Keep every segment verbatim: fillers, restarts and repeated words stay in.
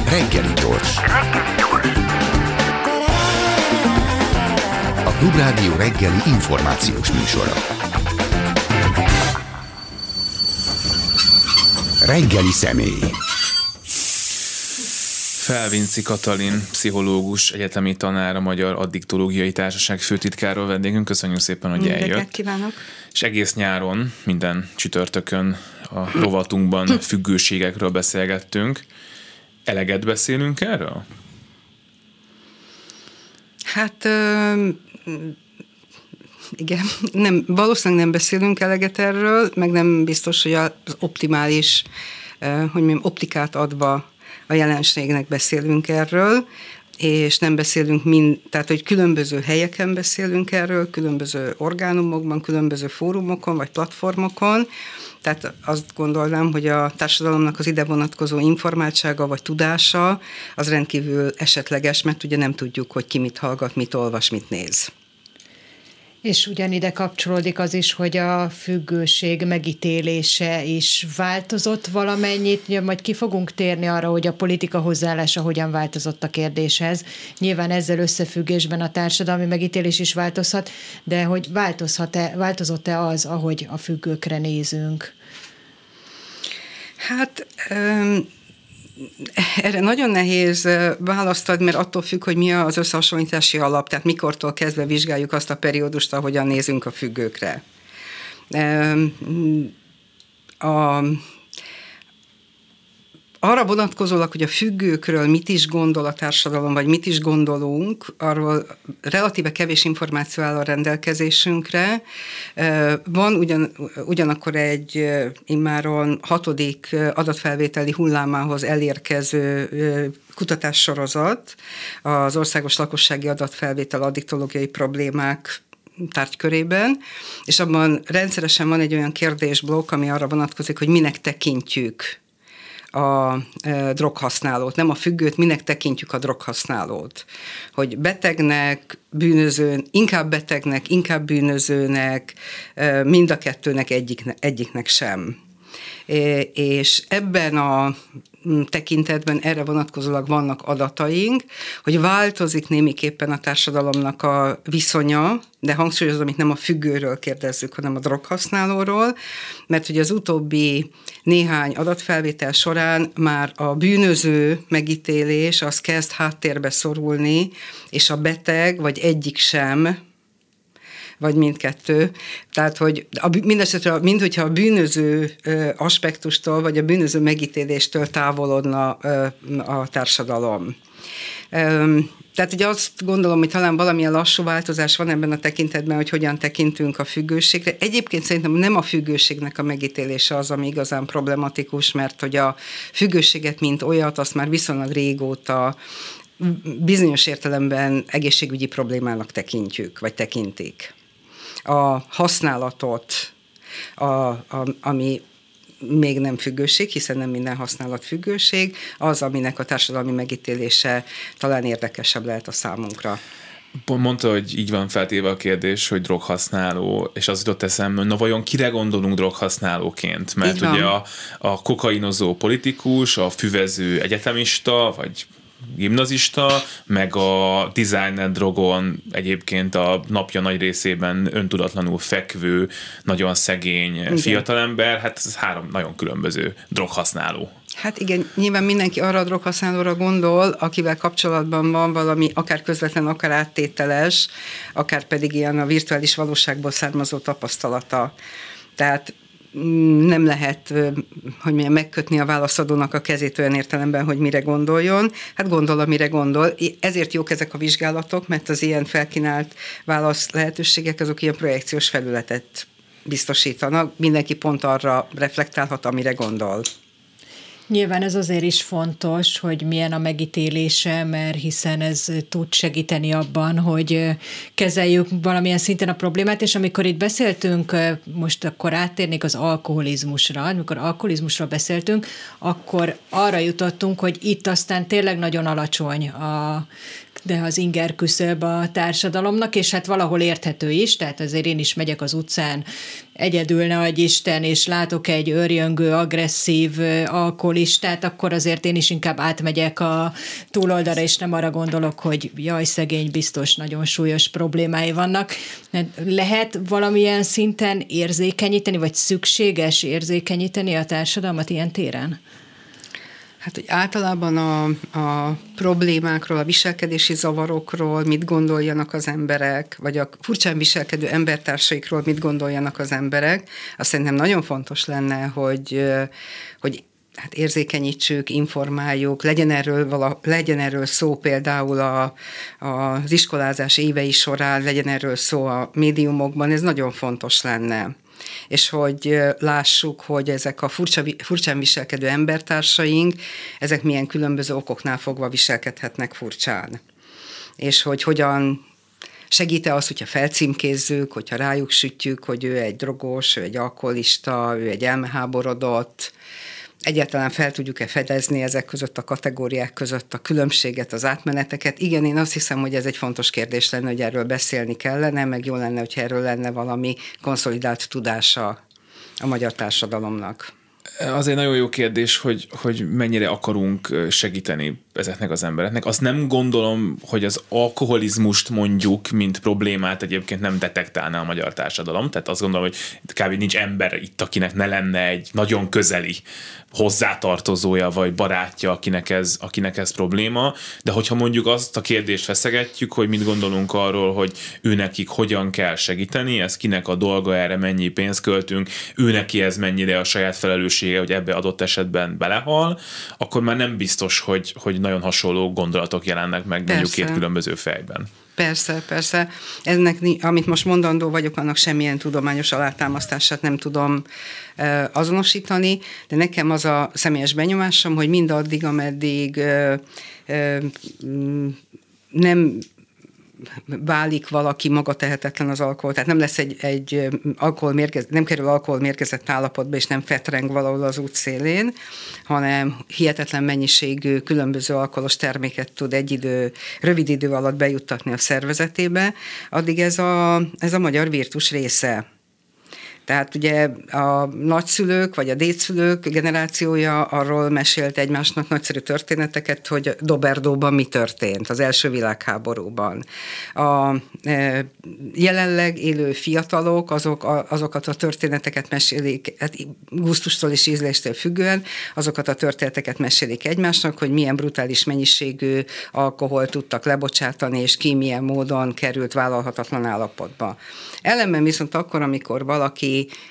Reggeli gyors. A Klubrádió reggeli információs műsora. Reggeli személy. Felvinci Katalin, pszichológus, egyetemi tanár, a Magyar Addiktológiai Társaság főtitkára vendégünk. Köszönjük szépen, hogy Mindeket eljött. Kívánok. És egész nyáron, minden csütörtökön a rovatunkban függőségekről beszélgettünk. Eleget beszélünk erről? Hát ö, igen, nem, valószínűleg nem beszélünk eleget erről, meg nem biztos, hogy az optimális, ö, hogy mondjam, optikát adva a jelenségnek beszélünk erről, és nem beszélünk mind, tehát hogy különböző helyeken beszélünk erről, különböző orgánumokban, különböző fórumokon vagy platformokon. Tehát azt gondolnám, hogy a társadalomnak az ide vonatkozó informáltsága vagy tudása az rendkívül esetleges, mert ugye nem tudjuk, hogy ki mit hallgat, mit olvas, mit néz. És ugyanide kapcsolódik az is, hogy a függőség megítélése is változott valamennyit, majd ki fogunk térni arra, hogy a politika hozzáállása hogyan változott a kérdéshez. Nyilván ezzel összefüggésben a társadalmi megítélés is változhat, de hogy változhat-e, változott-e az, ahogy a függőkre nézünk? Hát... Um... Erre nagyon nehéz választ adni, mert attól függ, hogy mi az összehasonlítási alap, tehát mikortól kezdve vizsgáljuk azt a periódust, ahogyan nézünk a függőkre. A, arra vonatkozólag, hogy a függőkről mit is gondol a társadalom, vagy mit is gondolunk, arról relatíve kevés információ áll a rendelkezésünkre. Van ugyan, ugyanakkor egy immáron hatodik adatfelvételi hullámához elérkező kutatássorozat, az Országos Lakossági Adatfelvétel addiktológiai problémák tárgykörében, és abban rendszeresen van egy olyan kérdésblokk, ami arra vonatkozik, hogy minek tekintjük a e, droghasználót, nem a függőt, minek tekintjük a droghasználót. Hogy betegnek, bűnözőn, inkább betegnek, inkább bűnözőnek, e, mind a kettőnek egyik, egyiknek sem. E, és ebben a tekintetben erre vonatkozólag vannak adataink, hogy változik némiképpen a társadalomnak a viszonya, de hangsúlyozom, itt nem a függőről kérdezzük, hanem a droghasználóról, mert hogy az utóbbi néhány adatfelvétel során már a bűnöző megítélés az kezd háttérbe szorulni, és a beteg vagy egyik sem, vagy mindkettő. Tehát, hogy mindesetre, mint hogyha a bűnöző aspektustól, vagy a bűnöző megítéléstől távolodna a társadalom. Tehát ugye azt gondolom, hogy talán valamilyen lassú változás van ebben a tekintetben, hogy hogyan tekintünk a függőségre. Egyébként szerintem nem a függőségnek a megítélése az, ami igazán problematikus, mert hogy a függőséget, mint olyat, azt már viszonylag régóta bizonyos értelemben egészségügyi problémának tekintjük, vagy tekintik. A használatot, a, a, ami még nem függőség, hiszen nem minden használat függőség, az, aminek a társadalmi megítélése talán érdekesebb lehet a számunkra. Mondta, hogy így van feltéve a kérdés, hogy droghasználó, és az jutott eszembe, na vajon kire gondolunk droghasználóként? Mert ugye a, a kokainozó politikus, a füvező egyetemista, vagy gimnazista, meg a designer drogon egyébként a napja nagy részében öntudatlanul fekvő, nagyon szegény igen. fiatalember, hát ez három nagyon különböző droghasználó. Hát igen, nyilván mindenki arra a droghasználóra gondol, akivel kapcsolatban van valami akár közvetlen, akár áttételes, akár pedig ilyen a virtuális valóságból származó tapasztalata. Tehát nem lehet, hogy milyen megkötni a válaszadónak a kezét olyan értelemben, hogy mire gondoljon. Hát gondol, amire gondol. Ezért jók ezek a vizsgálatok, mert az ilyen felkínált válasz lehetőségek, azok ilyen projekciós felületet biztosítanak. Mindenki pont arra reflektálhat, amire gondol. Nyilván ez azért is fontos, hogy milyen a megítélése, mert hiszen ez tud segíteni abban, hogy kezeljük valamilyen szinten a problémát, és amikor itt beszéltünk, most akkor áttérnék az alkoholizmusra, amikor alkoholizmusról beszéltünk, akkor arra jutottunk, hogy itt aztán tényleg nagyon alacsony a de az inger küszöb a társadalomnak, és hát valahol érthető is, tehát azért én is megyek az utcán, egyedül ne adj Isten, és látok egy örjöngő, agresszív alkoholistát, akkor azért én is inkább átmegyek a túloldalra, és nem arra gondolok, hogy jaj, szegény, biztos nagyon súlyos problémái vannak. Lehet valamilyen szinten érzékenyíteni, vagy szükséges érzékenyíteni a társadalmat ilyen téren? Hát, hogy általában a, a problémákról, a viselkedési zavarokról mit gondoljanak az emberek, vagy a furcsán viselkedő embertársaikról mit gondoljanak az emberek, azt szerintem nagyon fontos lenne, hogy, hogy hát érzékenyítsük, informáljuk, legyen erről, vala, legyen erről szó például a, a, az iskolázás évei során, legyen erről szó a médiumokban, ez nagyon fontos lenne. És hogy lássuk, hogy ezek a furcsa, furcsán viselkedő embertársaink, ezek milyen különböző okoknál fogva viselkedhetnek furcsán. És hogy hogyan segít-e az, hogyha felcímkézzük, hogyha rájuk sütjük, hogy ő egy drogos, ő egy alkoholista, ő egy elmeháborodott, egyáltalán fel tudjuk-e fedezni ezek között a kategóriák között a különbséget, az átmeneteket. Igen, én azt hiszem, hogy ez egy fontos kérdés lenne, hogy erről beszélni kellene, meg jó lenne, hogyha erről lenne valami konszolidált tudása a magyar társadalomnak. Azért nagyon jó kérdés, hogy, hogy mennyire akarunk segíteni ezeknek az embereknek. Azt nem gondolom, hogy az alkoholizmust mondjuk, mint problémát egyébként nem detektálná a magyar társadalom. Tehát azt gondolom, hogy kb. Nincs ember itt, akinek ne lenne egy nagyon közeli hozzátartozója vagy barátja, akinek ez, akinek ez probléma. De hogyha mondjuk azt a kérdést feszegetjük, hogy mit gondolunk arról, hogy őnekik hogyan kell segíteni, ez kinek a dolga, erre mennyi pénzt költünk, őneki ez mennyire a saját felelőssége, hogy ebbe adott esetben belehal, akkor már nem biztos, hogy, hogy nagyon hasonló gondolatok jelennek meg mondjuk két különböző fejben. Persze, persze. Ennek, amit most mondandó vagyok, annak semmilyen tudományos alátámasztását nem tudom e, azonosítani, de nekem az a személyes benyomásom, hogy mindaddig, ameddig e, e, nem válik valaki magatehetetlen az alkohol, tehát nem lesz egy, egy alkoholmérgezett, nem kerül alkoholmérgezett állapotba, és nem fetreng valahol az útszélén, hanem hihetetlen mennyiségű különböző alkoholos terméket tud egy idő, rövid idő alatt bejuttatni a szervezetébe, addig ez a, ez a magyar virtus része. Tehát ugye a nagyszülők vagy a dédszülők generációja arról mesélt egymásnak nagyszerű történeteket, hogy Doberdóban mi történt az első világháborúban. A e, jelenleg élő fiatalok azok, a, azokat a történeteket mesélik, hát gusztustól és ízléstől függően, azokat a történeteket mesélik egymásnak, hogy milyen brutális mennyiségű alkoholt tudtak lebocsátani, és ki milyen módon került vállalhatatlan állapotba. Ellenben viszont akkor, amikor valaki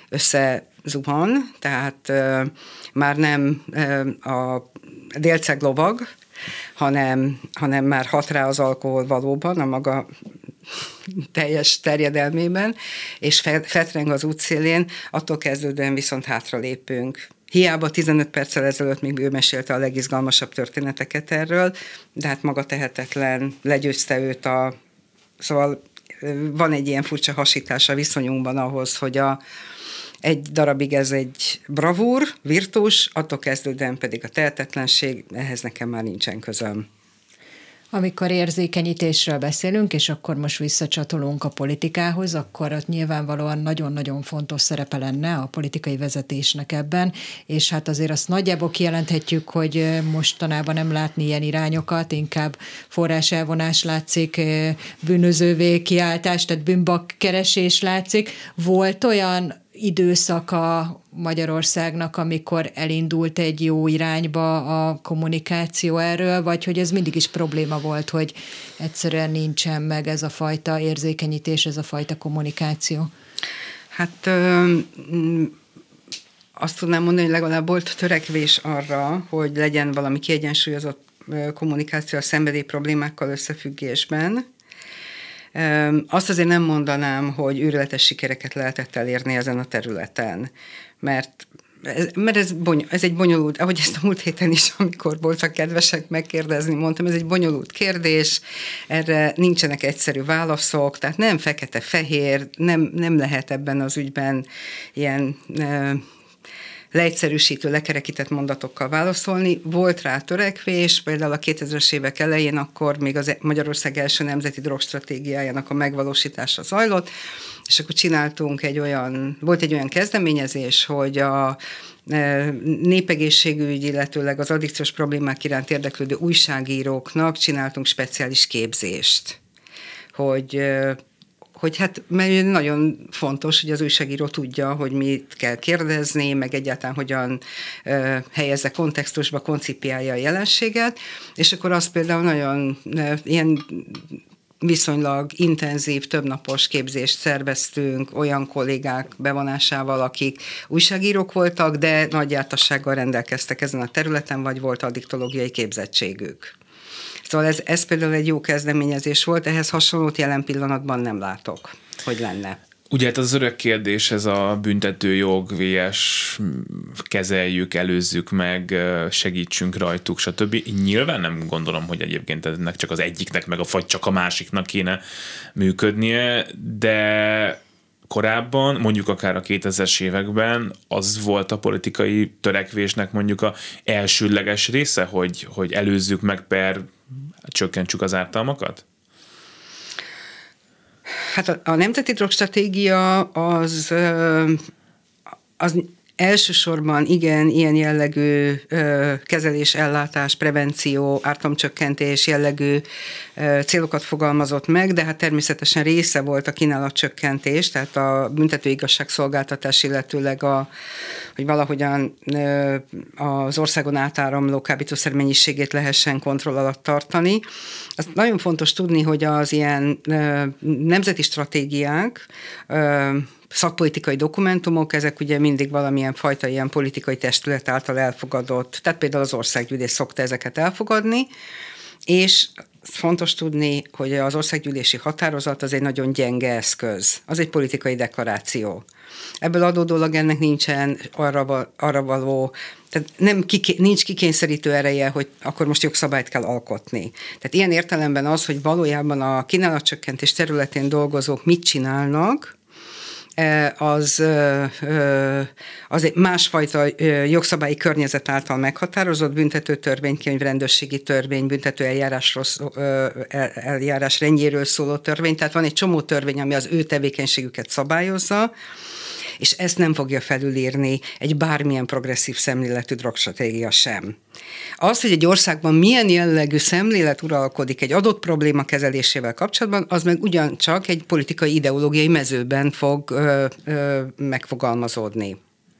összezuhan, tehát uh, már nem uh, a délceg lovag, hanem, hanem már hat rá az alkohol valóban, a maga teljes terjedelmében, és fetreng az útszélén, attól kezdődően viszont hátralépünk. Hiába tizenöt perccel ezelőtt még ő mesélte a legizgalmasabb történeteket erről, de hát maga tehetetlen, legyőzte őt a... Szóval van egy ilyen furcsa hasítás a viszonyunkban ahhoz, hogy a, egy darabig ez egy bravúr, virtus, attól kezdődően pedig a tehetetlenség, ehhez nekem már nincsen közöm. Amikor érzékenyítésről beszélünk, és akkor most visszacsatolunk a politikához, akkor ott nyilvánvalóan nagyon-nagyon fontos szerepe lenne a politikai vezetésnek ebben, és hát azért azt nagyjából kijelenthetjük, hogy mostanában nem látni ilyen irányokat, inkább forráselvonás látszik, bűnözővé kiáltás, tehát bűnbakkeresés látszik. Volt olyan időszaka Magyarországnak, amikor elindult egy jó irányba a kommunikáció erről, vagy hogy ez mindig is probléma volt, hogy egyszerűen nincsen meg ez a fajta érzékenyítés, ez a fajta kommunikáció? Hát ö, azt tudnám mondani, hogy legalább volt törekvés arra, hogy legyen valami kiegyensúlyozott kommunikáció a szenvedély problémákkal összefüggésben. Azt azért nem mondanám, hogy őrületes sikereket lehetett elérni ezen a területen, mert ez, mert ez, bony, ez egy bonyolult, ahogy ezt a múlt héten is, amikor voltak kedvesek megkérdezni, mondtam, ez egy bonyolult kérdés, erre nincsenek egyszerű válaszok, tehát nem fekete-fehér, nem, nem lehet ebben az ügyben ilyen... leegyszerűsítő, lekerekített mondatokkal válaszolni. Volt rá törekvés, például a kétezres évek elején akkor még az Magyarország első nemzeti drogstratégiájának a megvalósítása zajlott, és akkor csináltunk egy olyan, volt egy olyan kezdeményezés, hogy a népegészségügy, illetőleg az addikciós problémák iránt érdeklődő újságíróknak csináltunk speciális képzést, hogy hogy hát mert nagyon fontos, hogy az újságíró tudja, hogy mit kell kérdezni, meg egyáltalán hogyan uh, helyezze kontextusba, koncipiálja a jelenséget, és akkor az például nagyon uh, ilyen viszonylag intenzív, többnapos képzést szerveztünk olyan kollégák bevonásával, akik újságírók voltak, de nagy jártassággal rendelkeztek ezen a területen, vagy volt addiktológiai képzettségük. Szóval ez, ez például egy jó kezdeményezés volt, ehhez hasonlót jelen pillanatban nem látok, hogy lenne. Ugye hát az örök kérdés, ez a büntetőjog, vé es, kezeljük, előzzük meg, segítsünk rajtuk, stb. Nyilván nem gondolom, hogy egyébként ennek csak az egyiknek, meg a vagy csak a másiknak kéne működnie, de korábban, mondjuk akár a kétezres években az volt a politikai törekvésnek mondjuk a elsődleges része, hogy, hogy előzzük meg per csökkentsük az ártalmakat? Hát a, a Nemzeti Drogstratégia az, az elsősorban igen, ilyen jellegű ö, kezelés, ellátás, prevenció, ártalomcsökkentés jellegű ö, célokat fogalmazott meg, de hát természetesen része volt a kínálatcsökkentés, tehát a büntető igazságszolgáltatás, illetőleg a, hogy valahogyan ö, az országon átáramló kábítószer mennyiségét lehessen kontroll alatt tartani. Azt nagyon fontos tudni, hogy az ilyen ö, nemzeti stratégiák, ö, szakpolitikai dokumentumok, ezek ugye mindig valamilyen fajta ilyen politikai testület által elfogadott, tehát például az országgyűlés szokta ezeket elfogadni, és fontos tudni, hogy az országgyűlési határozat az egy nagyon gyenge eszköz, az egy politikai deklaráció. Ebből adódólag ennek nincsen arra, arra való, tehát nem kiké, nincs kikényszerítő ereje, hogy akkor most jogszabályt kell alkotni. Tehát ilyen értelemben az, hogy valójában a kínálatcsökkentés területén dolgozók mit csinálnak, az, az egy másfajta jogszabályi környezet által meghatározott büntető törvénykönyv, rendőrségi törvény, büntető eljárásról, eljárás rendjéről szóló törvény, tehát van egy csomó törvény, ami az ő tevékenységüket szabályozza, és ezt nem fogja felülírni egy bármilyen progresszív szemléletű drogstratégia sem. Az, hogy egy országban milyen jellegű szemlélet uralkodik egy adott probléma kezelésével kapcsolatban, az meg ugyancsak egy politikai ideológiai mezőben fog ö, ö, megfogalmazódni.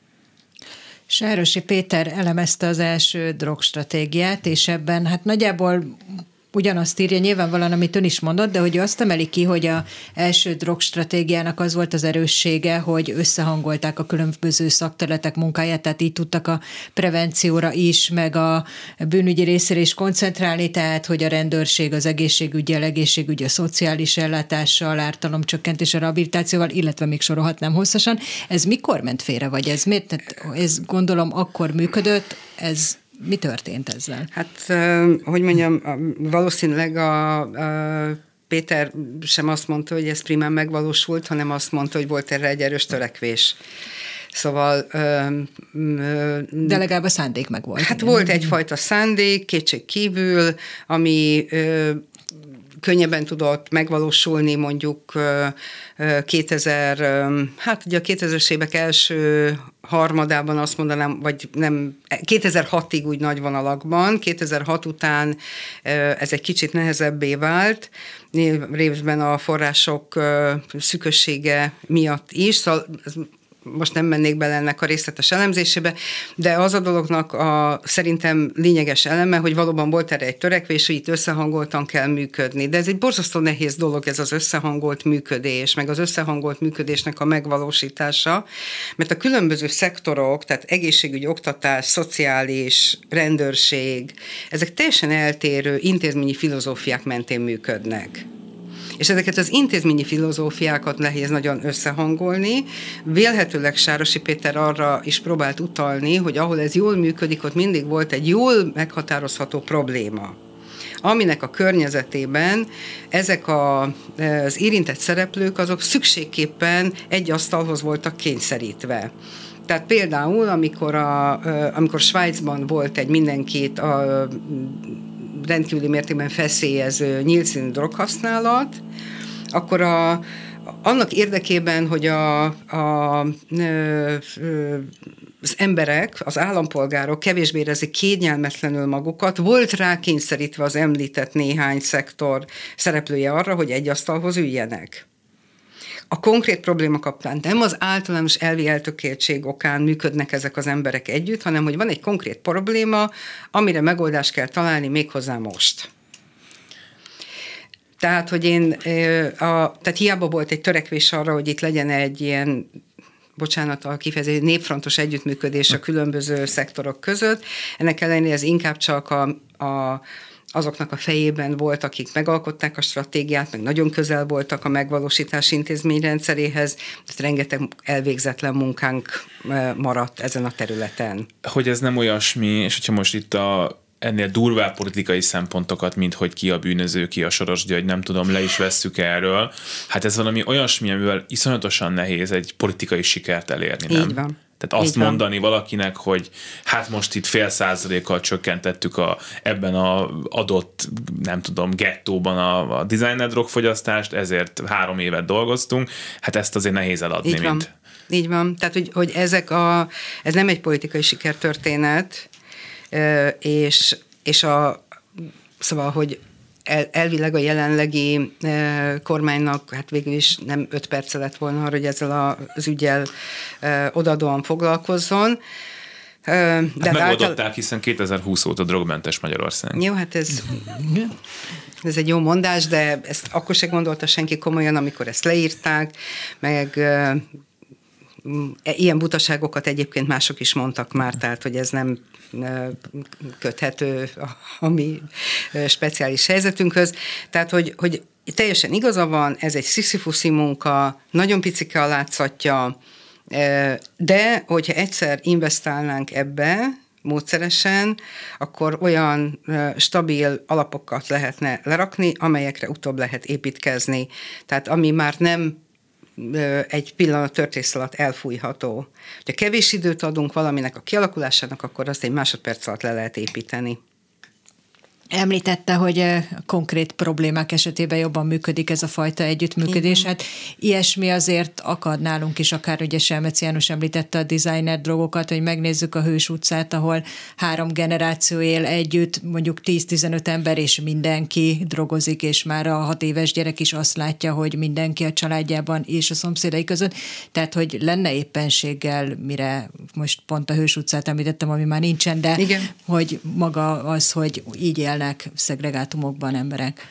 Sárosi Péter elemezte az első drogstratégiát, és ebben hát nagyjából ugyanazt írja nyilvánvalóan, amit ön is mondott, de hogy azt emeli ki, hogy az első drogstratégiának az volt az erőssége, hogy összehangolták a különböző szakterületek munkáját, tehát így tudtak a prevencióra is, meg a bűnügyi részére is koncentrálni, tehát hogy a rendőrség, az egészségügyel, egészségügy, a szociális ellátással, ártalomcsökkentéssel, rehabilitációval, illetve még sorolhatnám hosszasan. Ez mikor ment félre, vagy ez miért? Tehát ez gondolom akkor működött, ez mi történt ezzel? Hát, hogy mondjam, valószínűleg a, a Péter sem azt mondta, hogy ez primán megvalósult, hanem azt mondta, hogy volt erre egy erős törekvés. Szóval... De legalább a szándék meg volt. Hát igen. Volt egyfajta szándék, kétség kívül, ami könnyebben tudott megvalósulni mondjuk kétezer, hát ugye a kétezres évek első harmadában azt mondanám, vagy nem, kétezer-hatig úgy nagy vonalakban, kétezer-hat után ez egy kicsit nehezebbé vált, részben a források szűkössége miatt is, szóval most nem mennék bele ennek a részletes elemzésébe, de az a dolognak a szerintem lényeges eleme, hogy valóban volt erre egy törekvés, hogy itt összehangoltan kell működni. De ez egy borzasztó nehéz dolog, ez az összehangolt működés, meg az összehangolt működésnek a megvalósítása, mert a különböző szektorok, tehát egészségügy, oktatás, szociális, rendőrség, ezek teljesen eltérő intézményi filozófiák mentén működnek. És ezeket az intézményi filozófiákat nehéz nagyon összehangolni. Vélhetőleg Sárosi Péter arra is próbált utalni, hogy ahol ez jól működik, ott mindig volt egy jól meghatározható probléma, aminek a környezetében ezek a, az érintett szereplők azok szükségképpen egy asztalhoz voltak kényszerítve. Tehát például, amikor, a, amikor Svájcban volt egy mindenkit a rendkívüli mértékben feszélyező nyíltszínű droghasználat, akkor a, annak érdekében, hogy a, a, az emberek, az állampolgárok kevésbé érezik kényelmetlenül magukat, volt rá kényszerítve az említett néhány szektor szereplője arra, hogy egy asztalhoz üljenek. A konkrét probléma kapcsán nem az általános elvi eltökéltség okán működnek ezek az emberek együtt, hanem hogy van egy konkrét probléma, amire megoldást kell találni méghozzá most. Tehát, hogy én, a, tehát hiába volt egy törekvés arra, hogy itt legyen egy ilyen, bocsánat a kifejezés, népfrontos együttműködés a különböző szektorok között, ennek ellenére ez inkább csak a, a azoknak a fejében volt, akik megalkották a stratégiát, meg nagyon közel voltak a megvalósítási intézményrendszeréhez, tehát rengeteg elvégzetlen munkánk maradt ezen a területen. Hogy ez nem olyasmi, és hogyha most itt a ennél durvább politikai szempontokat, mint hogy ki a bűnöző, ki a Soros György, nem tudom, le is vesszük erről. Hát ez valami olyasmi, amivel iszonyatosan nehéz egy politikai sikert elérni, nem? Így van. Tehát azt mondani valakinek, hogy hát most itt fél százalékkal csökkentettük a, ebben a adott, nem tudom, gettóban a, a designer drogfogyasztást, ezért három évet dolgoztunk, hát ezt azért nehéz eladni, Így van. mint... Így van. Tehát, hogy, hogy ezek a, ez nem egy politikai sikertörténet, és, és a, szóval, hogy El, elvileg a jelenlegi e, kormánynak hát végül is nem öt perce lett volna arra, hogy ezzel a, az ügyel e, odaadóan foglalkozzon. E, de hát megoldották, által... hiszen kétezer-húsz óta drogmentes Magyarország. Jó, hát ez, ez egy jó mondás, de ezt akkor se gondolta senki komolyan, amikor ezt leírták, meg e, ilyen butaságokat egyébként mások is mondtak már, tehát hogy ez nem köthető a mi speciális helyzetünkhöz. Tehát, hogy, hogy teljesen igaza van, ez egy sziszifuszi munka, nagyon picike a látszatja, de hogyha egyszer investálnánk ebbe módszeresen, akkor olyan stabil alapokat lehetne lerakni, amelyekre utóbb lehet építkezni. Tehát ami már nem egy pillanat történet alatt elfújható. Ha kevés időt adunk valaminek a kialakulásának, akkor azt egy másodperc alatt le lehet építeni. Említette, hogy konkrét problémák esetében jobban működik ez a fajta együttműködés. Hát ilyesmi azért akad nálunk is, akár ugye Selmeci János említette a designer drogokat, hogy megnézzük a Hős utcát, ahol három generáció él együtt, mondjuk tíz-tizenöt ember, és mindenki drogozik, és már a hat éves gyerek is azt látja, hogy mindenki a családjában és a szomszédai között. Tehát, hogy lenne éppenséggel, mire most pont a Hős utcát említettem, ami már nincsen, de igen, hogy maga az, hogy így él szegregátumokban emberek.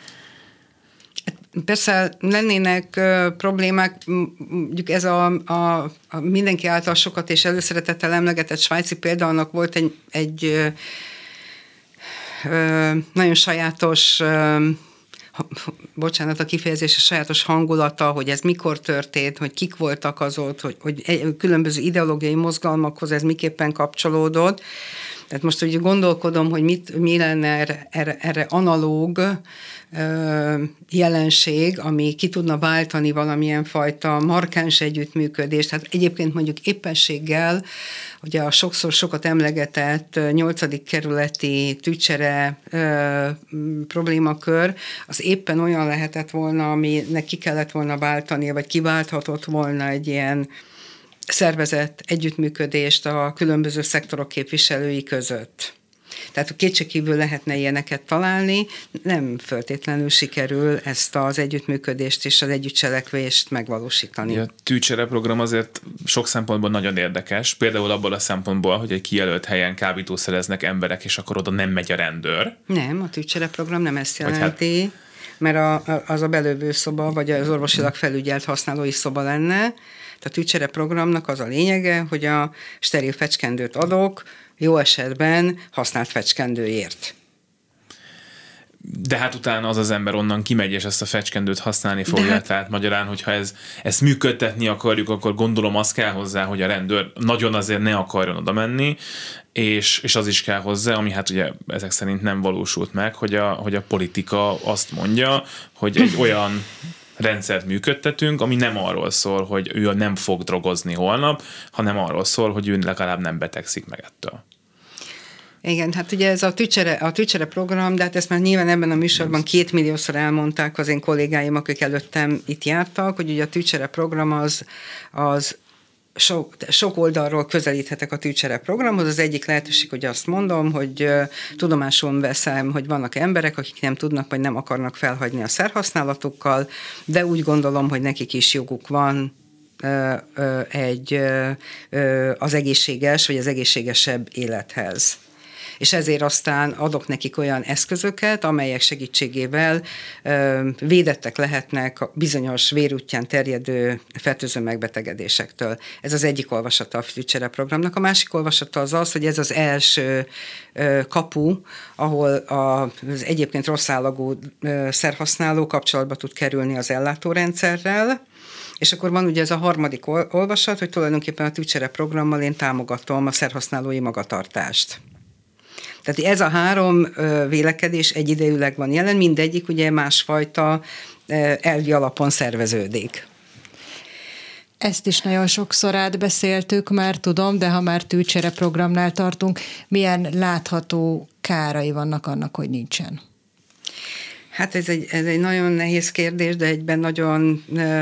Persze lennének uh, problémák, mondjuk ez a, a, a mindenki által sokat és előszeretettel emlegetett svájci példa, annak volt egy, egy uh, uh, nagyon sajátos, uh, bocsánat a kifejezés, a sajátos hangulata, hogy ez mikor történt, hogy kik voltak azok, hogy, hogy különböző ideológiai mozgalmakhoz ez miképpen kapcsolódott. Tehát most úgy gondolkodom, hogy mit, mi lenne erre, erre, erre analóg ö, jelenség, ami ki tudna váltani valamilyen fajta markáns együttműködést. Hát egyébként mondjuk éppenséggel, ugye a sokszor sokat emlegetett nyolcadik kerületi tűcsere ö, problémakör, az éppen olyan lehetett volna, aminek ki kellett volna váltani, vagy kiválthatott volna egy ilyen szervezett együttműködést a különböző szektorok képviselői között. Tehát kétségkívül lehetne ilyeneket találni, nem feltétlenül sikerül ezt az együttműködést és az együttcselekvést megvalósítani. A tűcsere program azért sok szempontból nagyon érdekes, például abból a szempontból, hogy egy kijelölt helyen kábítószereznek emberek, és akkor oda nem megy a rendőr. Nem, a tűcsere program nem ezt jelenti, hát... mert a, az a belövő szoba, vagy az orvosilag felügyelt használói szoba lenne. A tűcsere programnak az a lényege, hogy a steril fecskendőt adok, jó esetben használt fecskendőért. De hát utána az az ember onnan kimegy, és ezt a fecskendőt használni fogja. Hát... Tehát magyarán, hogyha ez, ezt működtetni akarjuk, akkor gondolom az kell hozzá, hogy a rendőr nagyon azért ne akarjon oda menni, és, és az is kell hozzá, ami hát ugye ezek szerint nem valósult meg, hogy a, hogy a politika azt mondja, hogy egy olyan rendszert működtetünk, ami nem arról szól, hogy ő nem fog drogozni holnap, hanem arról szól, hogy ő legalább nem betegszik meg ettől. Igen, hát ugye ez a tücsere, a tücsere program, de hát ezt már nyilván ebben a műsorban két milliószor elmondták az én kollégáim, akik előttem itt jártak, hogy ugye a tücsere program az, az Sok, sok oldalról közelíthetek a tűcsere programhoz. Az egyik lehetőség, hogy azt mondom, hogy uh, tudomásul veszem, hogy vannak emberek, akik nem tudnak, vagy nem akarnak felhagyni a szerhasználatukkal, de úgy gondolom, hogy nekik is joguk van uh, uh, egy, uh, uh, az egészséges, vagy az egészségesebb élethez. És ezért aztán adok nekik olyan eszközöket, amelyek segítségével ö, védettek lehetnek a bizonyos vérútján terjedő fertőző megbetegedésektől. Ez az egyik olvasata a tücsere programnak. A másik olvasata az az, hogy ez az első ö, kapu, ahol a, az egyébként rossz állagú ö, szerhasználó kapcsolatba tud kerülni az ellátórendszerrel. És akkor van ugye ez a harmadik olvasat, hogy tulajdonképpen a tücsere programmal én támogatom a szerhasználói magatartást. Tehát ez a három vélekedés egyidejűleg van jelen, mindegyik ugye másfajta elvi alapon szerveződik. Ezt is nagyon sokszor átbeszéltük, már tudom, de ha már tűcsere programnál tartunk, milyen látható kárai vannak annak, hogy nincsen? Hát ez egy, ez egy nagyon nehéz kérdés, de egyben nagyon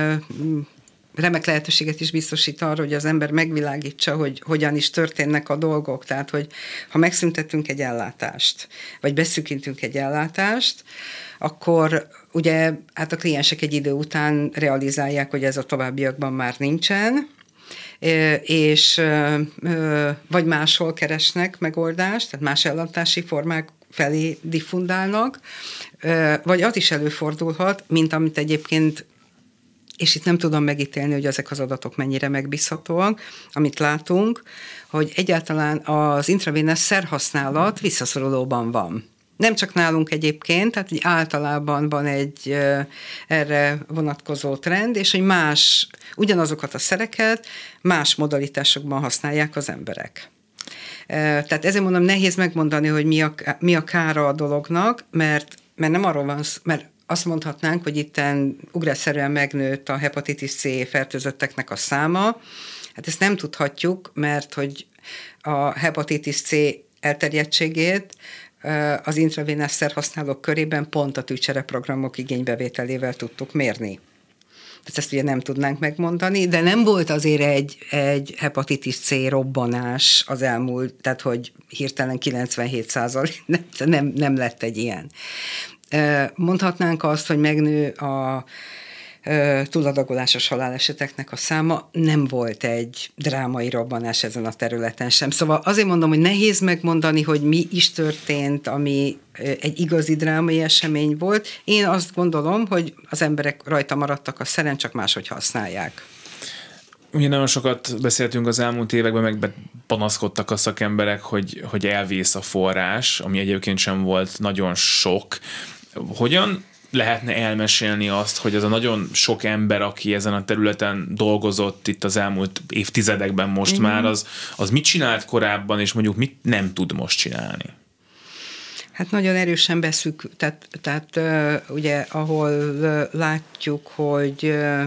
remek lehetőséget is biztosít arra, hogy az ember megvilágítsa, hogy hogyan is történnek a dolgok. Tehát, hogy ha megszüntetünk egy ellátást, vagy beszűkítünk egy ellátást, akkor ugye hát a kliensek egy idő után realizálják, hogy ez a továbbiakban már nincsen, és vagy máshol keresnek megoldást, tehát más ellátási formák felé diffundálnak, vagy az is előfordulhat, mint amit egyébként, és itt nem tudom megítélni, hogy ezek az adatok mennyire megbízhatóak, amit látunk, hogy egyáltalán az intravénás szerhasználat visszaszorulóban van. Nem csak nálunk egyébként, tehát így általában van egy erre vonatkozó trend, és hogy más, ugyanazokat a szereket más modalitásokban használják az emberek. Tehát ezért mondom, nehéz megmondani, hogy mi a, mi a kára a dolognak, mert, mert nem arról van, mert azt mondhatnánk, hogy itten ugrásszerűen megnőtt a hepatitis C fertőzötteknek a száma. Hát ezt nem tudhatjuk, mert hogy a hepatitis C elterjedtségét az intravénás szerhasználók körében pont a tűcsereprogramok igénybevételével tudtuk mérni. Tehát ezt ugye nem tudnánk megmondani, de nem volt azért egy, egy hepatitis C robbanás az elmúlt, tehát hogy hirtelen kilencvenhét százalék, nem, nem, nem lett egy ilyen. Mondhatnánk azt, hogy megnő a túladagolásos haláleseteknek a száma, nem volt egy drámai robbanás ezen a területen sem. Szóval azért mondom, hogy nehéz megmondani, hogy mi is történt, ami egy igazi drámai esemény volt. Én azt gondolom, hogy az emberek rajta maradtak a szeren, csak máshogy használják. Ugye nagyon sokat beszéltünk az elmúlt években, meg panaszkodtak a szakemberek, hogy, hogy elvész a forrás, ami egyébként sem volt nagyon sok. Hogyan lehetne elmesélni azt, hogy az a nagyon sok ember, aki ezen a területen dolgozott itt az elmúlt évtizedekben most mm. már, az, az mit csinált korábban, és mondjuk mit nem tud most csinálni? Hát nagyon erősen beszűk, tehát, tehát uh, ugye ahol uh, látjuk, hogy uh,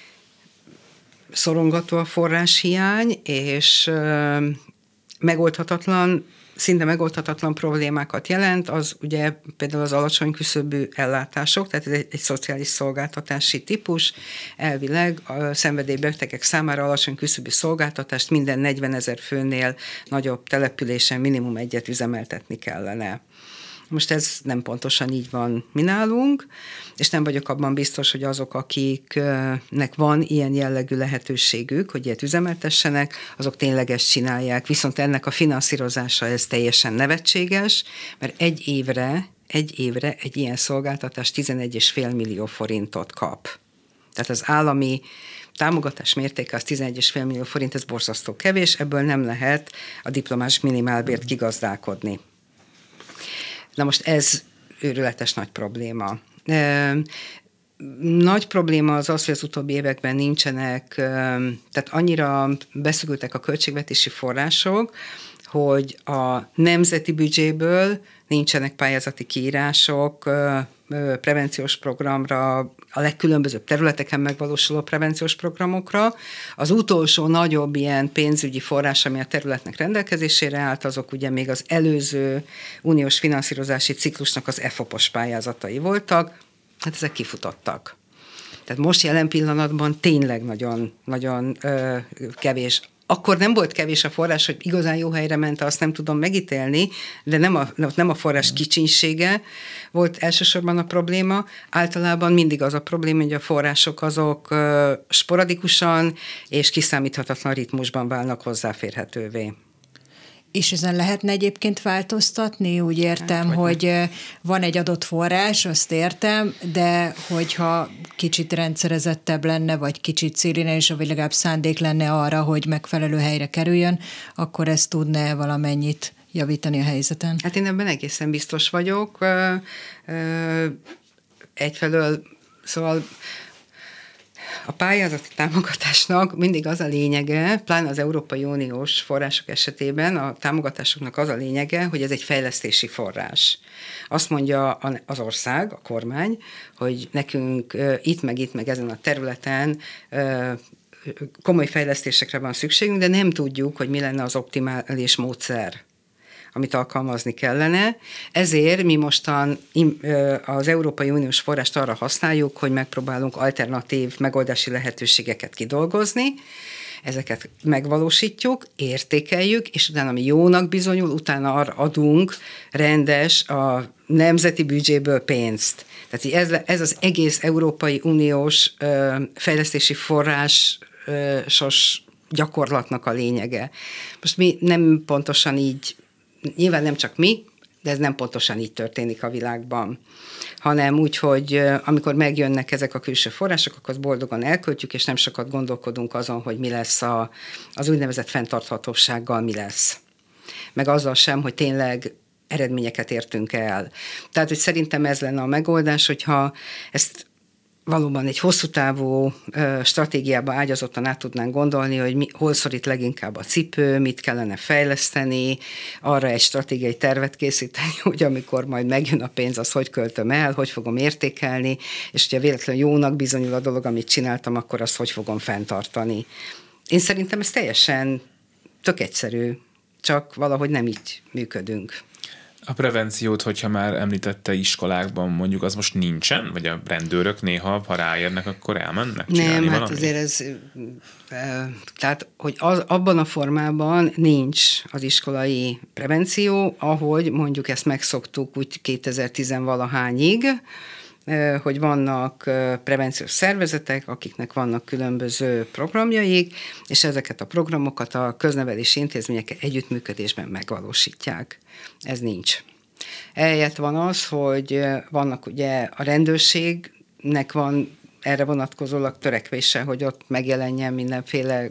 szorongató a forráshiány, és uh, megoldhatatlan, szinte megoldhatatlan problémákat jelent, az ugye például az alacsony küszöbű ellátások, tehát ez egy, egy szociális szolgáltatási típus, elvileg a szenvedélybetegek számára alacsony küszöbű szolgáltatást minden negyvenezer főnél nagyobb településen minimum egyet üzemeltetni kellene. Most ez nem pontosan így van mi nálunk, és nem vagyok abban biztos, hogy azok, akiknek van ilyen jellegű lehetőségük, hogy ilyet üzemeltessenek, azok tényleg ezt csinálják. Viszont ennek a finanszírozása ez teljesen nevetséges, mert egy évre, egy évre egy ilyen szolgáltatás tizenegy egész öt millió forintot kap. Tehát az állami támogatás mértéke az tizenegy egész öt millió forint, ez borzasztó kevés, ebből nem lehet a diplomás minimálbért kigazdálkodni. Na most ez őrületes nagy probléma. Nagy probléma az az, hogy az utóbbi években nincsenek, tehát annyira beszűkültek a költségvetési források, hogy a nemzeti büdzséből nincsenek pályázati kiírások, prevenciós programra, a legkülönbözőbb területeken megvalósuló prevenciós programokra. Az utolsó nagyobb ilyen pénzügyi forrás, ami a területnek rendelkezésére állt, azok ugye még az előző uniós finanszírozási ciklusnak az e fopos pályázatai voltak, hát ezek kifutottak. Tehát most jelen pillanatban tényleg nagyon, nagyon ö, kevés. Akkor nem volt kevés a forrás, hogy igazán jó helyre ment, azt nem tudom megítélni, de nem a, nem a forrás kicsinsége volt elsősorban a probléma. Általában mindig az a probléma, hogy a források azok ö, sporadikusan és kiszámíthatatlan ritmusban válnak hozzáférhetővé. És ezen lehetne egyébként változtatni? Úgy értem, hát, hogy, hogy van egy adott forrás, azt értem, de hogyha kicsit rendszerezettebb lenne, vagy kicsit célirányos, vagy legalább szándék lenne arra, hogy megfelelő helyre kerüljön, akkor ez tudna valamennyit javítani a helyzeten? Hát én ebben egészen biztos vagyok. Egyfelől, szóval a pályázati támogatásnak mindig az a lényege, pláne az Európai Uniós források esetében a támogatásoknak az a lényege, hogy ez egy fejlesztési forrás. Azt mondja az ország, a kormány, hogy nekünk itt meg itt meg ezen a területen komoly fejlesztésekre van szükségünk, de nem tudjuk, hogy mi lenne az optimális módszer, amit alkalmazni kellene. Ezért mi mostan az Európai Uniós forrást arra használjuk, hogy megpróbálunk alternatív megoldási lehetőségeket kidolgozni, ezeket megvalósítjuk, értékeljük, és utána, ami jónak bizonyul, utána arra adunk rendes a nemzeti büdzséből pénzt. Tehát ez, ez az egész Európai Uniós fejlesztési forrásos gyakorlatnak a lényege. Most mi nem pontosan így, nyilván nem csak mi, de ez nem pontosan így történik a világban, hanem úgy, hogy amikor megjönnek ezek a külső források, akkor azt boldogan elköltjük, és nem sokat gondolkodunk azon, hogy mi lesz a, az úgynevezett fenntarthatósággal, mi lesz. Meg azzal sem, hogy tényleg eredményeket értünk el. Tehát, hogy szerintem ez lenne a megoldás, hogyha ezt valóban egy hosszú távú ö, stratégiába ágyazottan át tudnánk gondolni, hogy mi, hol szorít leginkább a cipő, mit kellene fejleszteni, arra egy stratégiai tervet készíteni, hogy amikor majd megjön a pénz, az hogy költöm el, hogy fogom értékelni, és hogyha véletlenül jónak bizonyul a dolog, amit csináltam, akkor azt hogy fogom fenntartani. Én szerintem ez teljesen tök egyszerű, csak valahogy nem így működünk. A prevenciót, hogyha már említette iskolákban, mondjuk az most nincsen? Vagy a rendőrök néha, ha ráérnek, akkor elmennek csinálni Nem, valamit? hát azért ez, tehát, hogy az, abban a formában nincs az iskolai prevenció, ahogy mondjuk ezt megszoktuk úgy kétezer-tíz-valahányig, hogy vannak prevenciós szervezetek, akiknek vannak különböző programjaik, és ezeket a programokat a köznevelési intézményekkel együttműködésben megvalósítják. Ez nincs. Ehelyett van az, hogy vannak ugye a rendőrségnek van erre vonatkozólag törekvése, hogy ott megjelenjen mindenféle,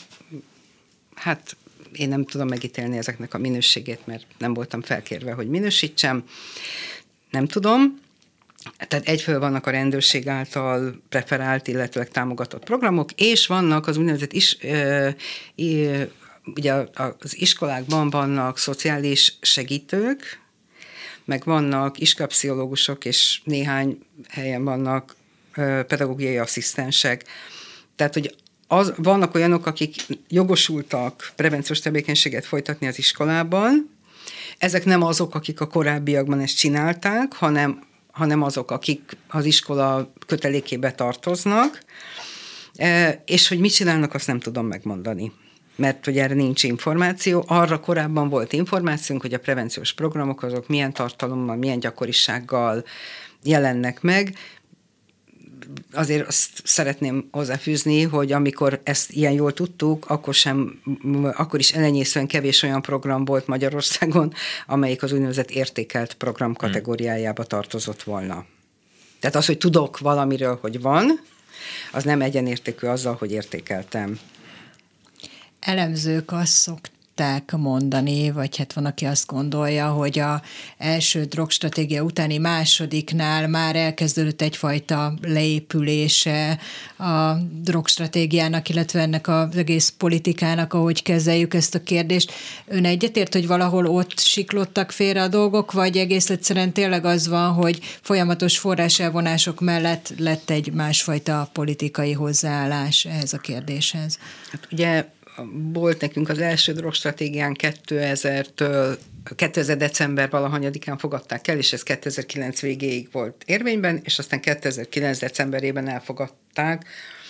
hát én nem tudom megítélni ezeknek a minőségét, mert nem voltam felkérve, hogy minősítsem. Nem tudom. Tehát egyfelől vannak a rendőrség által preferált, illetve támogatott programok, és vannak az úgynevezett is, ö, ö, ugye az iskolákban vannak szociális segítők, meg vannak iskolapszichológusok, és néhány helyen vannak ö, pedagógiai asszisztensek. Tehát, hogy az, vannak olyanok, akik jogosultak prevenciós tevékenységet folytatni az iskolában. Ezek nem azok, akik a korábbiakban ezt csinálták, hanem hanem azok, akik az iskola kötelékébe tartoznak, és hogy mit csinálnak, azt nem tudom megmondani, mert hogy erre nincs információ. Arra korábban volt információnk, hogy a prevenciós programok azok milyen tartalommal, milyen gyakorisággal jelennek meg. Azért azt szeretném hozzáfűzni, hogy amikor ezt ilyen jól tudtuk, akkor, sem, akkor is elenyészően kevés olyan program volt Magyarországon, amelyik az úgynevezett értékelt program kategóriájába tartozott volna. Tehát az, hogy tudok valamiről, hogy van, az nem egyenértékű azzal, hogy értékeltem. Elemzők azt szokták szokták mondani, vagy hát van, aki azt gondolja, hogy a első drogstratégia utáni másodiknál már elkezdődött egyfajta leépülése a drogstratégiának, illetve ennek az egész politikának, ahogy kezeljük ezt a kérdést. Ön egyetért, hogy valahol ott siklottak félre a dolgok, vagy egész egyszerűen tényleg az van, hogy folyamatos forráselvonások mellett lett egy másfajta politikai hozzáállás ehhez a kérdéshez? Hát ugye volt nekünk az első drogstratégián kétezertől, kétezer december valahanyadikán fogadták el, és ez kétezer-kilenc végéig volt érvényben, és aztán kétezer-kilenc decemberében elfogadták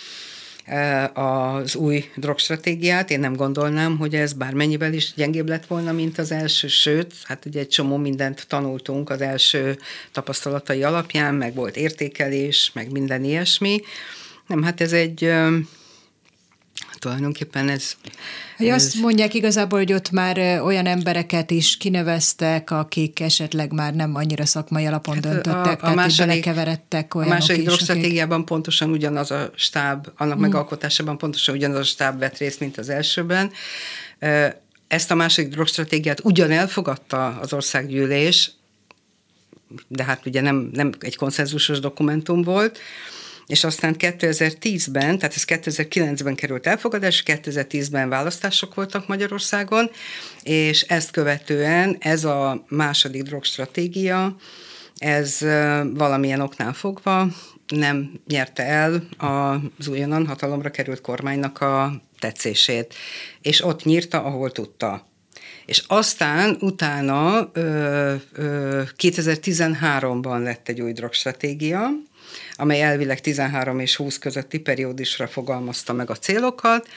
az új drogstratégiát. Én nem gondolnám, hogy ez bármennyivel is gyengébb lett volna, mint az első, sőt, hát ugye egy csomó mindent tanultunk az első tapasztalatai alapján, meg volt értékelés, meg minden ilyesmi. Nem, hát ez egy... Tulajdonképpen ez... Hogy ez... azt mondják igazából, hogy ott már olyan embereket is kineveztek, akik esetleg már nem annyira szakmai alapon hát döntöttek, a, a tehát második, belekeveredtek olyanok A második drogstratégiában akik... pontosan ugyanaz a stáb, annak hmm. megalkotásában pontosan ugyanaz a stáb vett részt, mint az elsőben. Ezt a második drogstratégiát ugyan elfogadta az országgyűlés, de hát ugye nem, nem egy konszenzusos dokumentum volt, és aztán kétezer-tízben, tehát ez kétezer-kilencben került elfogadás, kétezer-tízben választások voltak Magyarországon, és ezt követően ez a második drogstratégia, ez valamilyen oknál fogva nem nyerte el az újonnan hatalomra került kormánynak a tetszését, és ott nyírta, ahol tudta. És aztán utána ö, ö, kétezer-tizenháromban lett egy új drogstratégia, amely elvileg tizenhárom és húsz közötti periódusra fogalmazta meg a célokat,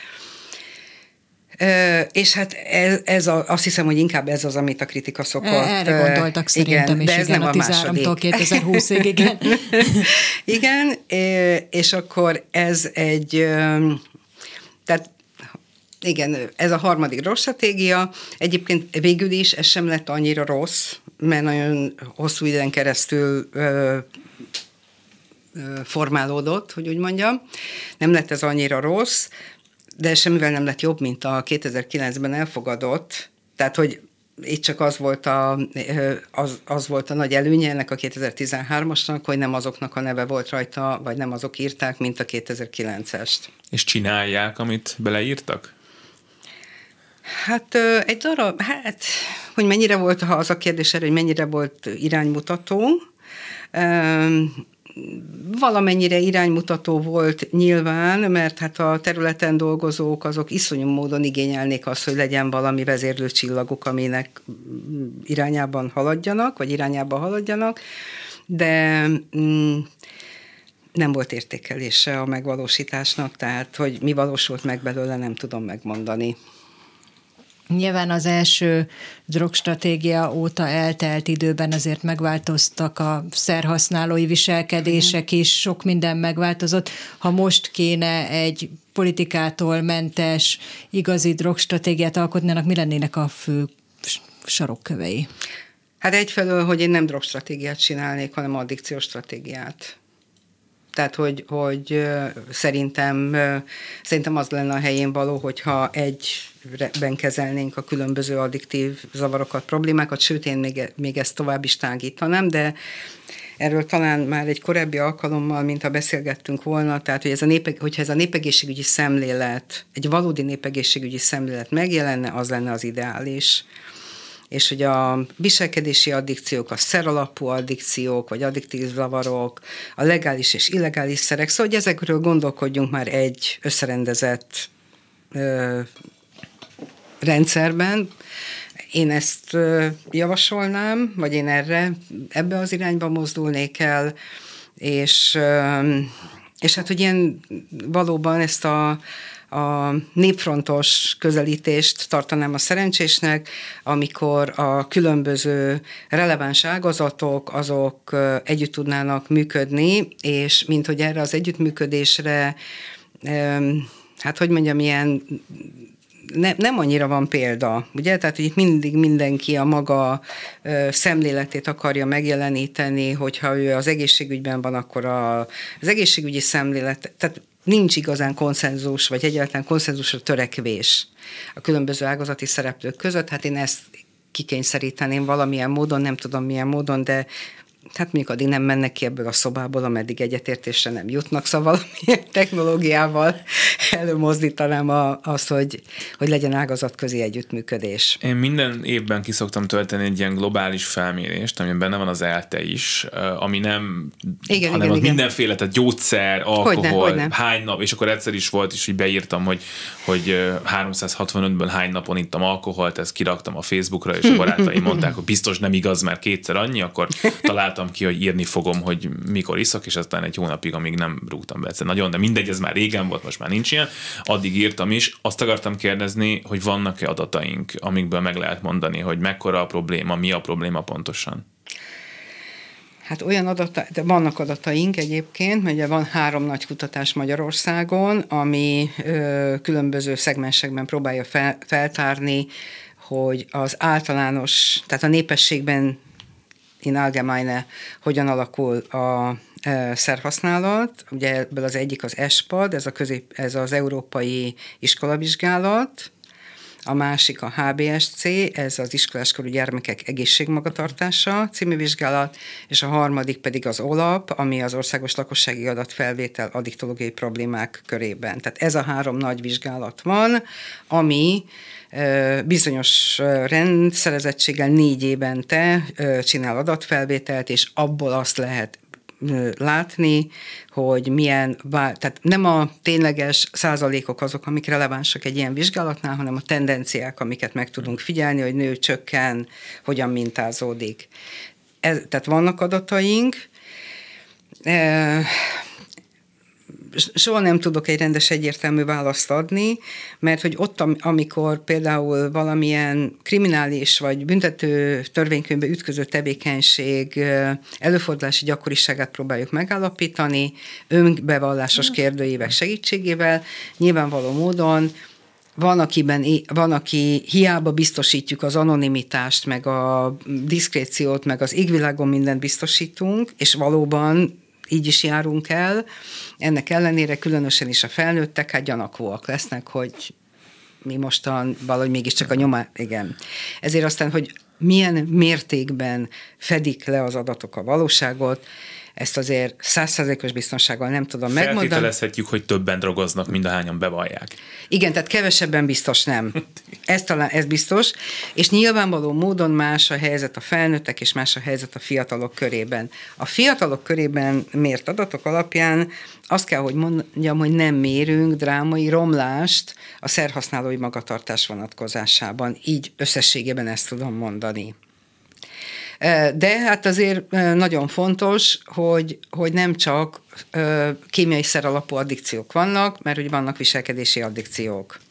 és hát ez, ez a, azt hiszem, hogy inkább ez az, amit a kritika szokott. Erre gondoltak szerintem igen, is, de ez igen, nem a tizenháromtól kétezer-húszig, igen. Igen, és akkor ez egy, tehát igen, ez a harmadik drogstratégia. Egyébként végül is ez sem lett annyira rossz, mert nagyon hosszú időn keresztül ö, ö, formálódott, hogy úgy mondjam. Nem lett ez annyira rossz, de semmivel nem lett jobb, mint a kétezer-kilencben elfogadott. Tehát, hogy itt csak az volt a, az, az volt a nagy előnye ennek a kétezer-tizenhármasnak, hogy nem azoknak a neve volt rajta, vagy nem azok írták, mint a kétezer-kilencest. És csinálják, amit beleírtak? Hát egy darab, hát, hogy mennyire volt, ha az a kérdés erre, hogy mennyire volt iránymutató, valamennyire iránymutató volt nyilván, mert hát a területen dolgozók azok iszonyú módon igényelnék azt, hogy legyen valami vezérlő csillaguk, aminek irányában haladjanak, vagy irányába haladjanak, de mm, nem volt értékelése a megvalósításnak, tehát hogy mi valósult meg belőle, nem tudom megmondani. Nyilván az első drogstratégia óta eltelt időben azért megváltoztak a szerhasználói viselkedések is, sok minden megváltozott. Ha most kéne egy politikától mentes, igazi drogstratégiát alkotnának, mi lennének a fő sarokkövei? Hát egyfelől, hogy én nem drogstratégiát csinálnék, hanem addikciós stratégiát. Tehát, hogy, hogy szerintem, szerintem az lenne a helyén való, hogyha egyben kezelnénk a különböző addiktív zavarokat, problémákat, sőt, én még, még ezt tovább is tágítanám, de erről talán már egy korábbi alkalommal, mint ha beszélgettünk volna, tehát, hogy ez a népe, hogyha ez a népegészségügyi szemlélet, egy valódi népegészségügyi szemlélet megjelenne, az lenne az ideális. És hogy a viselkedési addikciók, a szeralapú addikciók, vagy addiktív zavarok, a legális és illegális szerek, szóval hogy ezekről gondolkodjunk már egy összerendezett ö, rendszerben. Én ezt ö, javasolnám, vagy én erre, ebbe az irányba mozdulnék el, és, ö, és hát, hogy ilyen valóban ezt a a népfrontos közelítést tartanám a szerencsésnek, amikor a különböző releváns ágazatok, azok együtt tudnának működni, és mint hogy erre az együttműködésre, hát hogy mondjam, ilyen ne, nem annyira van példa, ugye? Tehát, hogy itt mindig mindenki a maga ö, szemléletét akarja megjeleníteni, hogyha ő az egészségügyben van, akkor a, az egészségügyi szemlélet, tehát nincs igazán konszenzus, vagy egyáltalán konszenzusra törekvés a különböző ágazati szereplők között. Hát én ezt kikényszeríteném valamilyen módon, nem tudom milyen módon, de hát mondjuk addig nem mennek ki ebből a szobából, ameddig egyetértésre nem jutnak, szóval valamilyen technológiával előmozdítanám a, azt, hogy, hogy legyen ágazatközi együttműködés. Én minden évben ki szoktam tölteni egy ilyen globális felmérést, amiben benne van az ELTE is, ami nem, igen, hanem igen, mindenféle, tehát gyógyszer, alkohol, hogyne, hogyne. hány nap, és akkor egyszer is volt is, hogy beírtam, hogy, hogy háromszázhatvanötből hány napon ittam alkoholt, ezt kiraktam a Facebookra, és a barátaim mondták, hogy biztos nem igaz, mert kétszer annyi, akkor találtam ki, hogy írni fogom, hogy mikor iszok, és aztán egy hónapig, amíg nem rúgtam be egyszer. Nagyon, de mindegy, ez már régen volt, most már nincs ilyen. Addig írtam is. Azt akartam kérdezni, hogy vannak-e adataink, amikből meg lehet mondani, hogy mekkora a probléma, mi a probléma pontosan? Hát olyan adata, de vannak adataink egyébként, mert ugye van három nagy kutatás Magyarországon, ami ö, különböző szegmensekben próbálja fel, feltárni, hogy az általános, tehát a népességben in allgemeine hogyan alakul a e, szerhasználat. Ugye ebből az egyik az ESPAD, ez, a közép, ez az Európai Iskolavizsgálat, a másik a há bé es cé, ez az iskoláskorú gyermekek egészségmagatartása című vizsgálat, és a harmadik pedig az o lap, ami az Országos Lakossági Adatfelvétel addiktológiai problémák körében. Tehát ez a három nagy vizsgálat van, ami bizonyos rendszerezettséggel négy évente csinál adatfelvételt, és abból azt lehet látni, hogy milyen, tehát nem a tényleges százalékok azok, amik relevánsak egy ilyen vizsgálatnál, hanem a tendenciák, amiket meg tudunk figyelni, hogy nő, csökken, hogyan mintázódik. Ez, tehát vannak adataink, soha nem tudok egy rendes egyértelmű választ adni, mert hogy ott, amikor például valamilyen kriminális vagy büntető törvénykönyvbe ütköző tevékenység előfordulási gyakoriságát próbáljuk megállapítani, önbevallásos kérdőívek segítségével, nyilvánvaló módon van, akiben, van, aki hiába biztosítjuk az anonimitást, meg a diszkréciót, meg az égvilágon mindent biztosítunk, és valóban így is járunk el. Ennek ellenére különösen is a felnőttek hát gyanakvóak lesznek, hogy mi mostan valahogy mégiscsak a nyomá... Igen. Ezért aztán, hogy milyen mértékben fedik le az adatok a valóságot, ezt azért száz százalékos biztonsággal nem tudom megmondani. Feltételezhetjük, hogy többen drogoznak, mind a hányan bevallják. Igen, tehát kevesebben biztos nem. Ez talán, ez biztos. És nyilvánvaló módon más a helyzet a felnőttek, és más a helyzet a fiatalok körében. A fiatalok körében mért adatok alapján azt kell, hogy mondjam, hogy nem mérünk drámai romlást a szerhasználói magatartás vonatkozásában. Így összességében ezt tudom mondani. De hát azért nagyon fontos, hogy, hogy nem csak kémiai szer alapú addikciók vannak, mert hogy vannak viselkedési addikciók.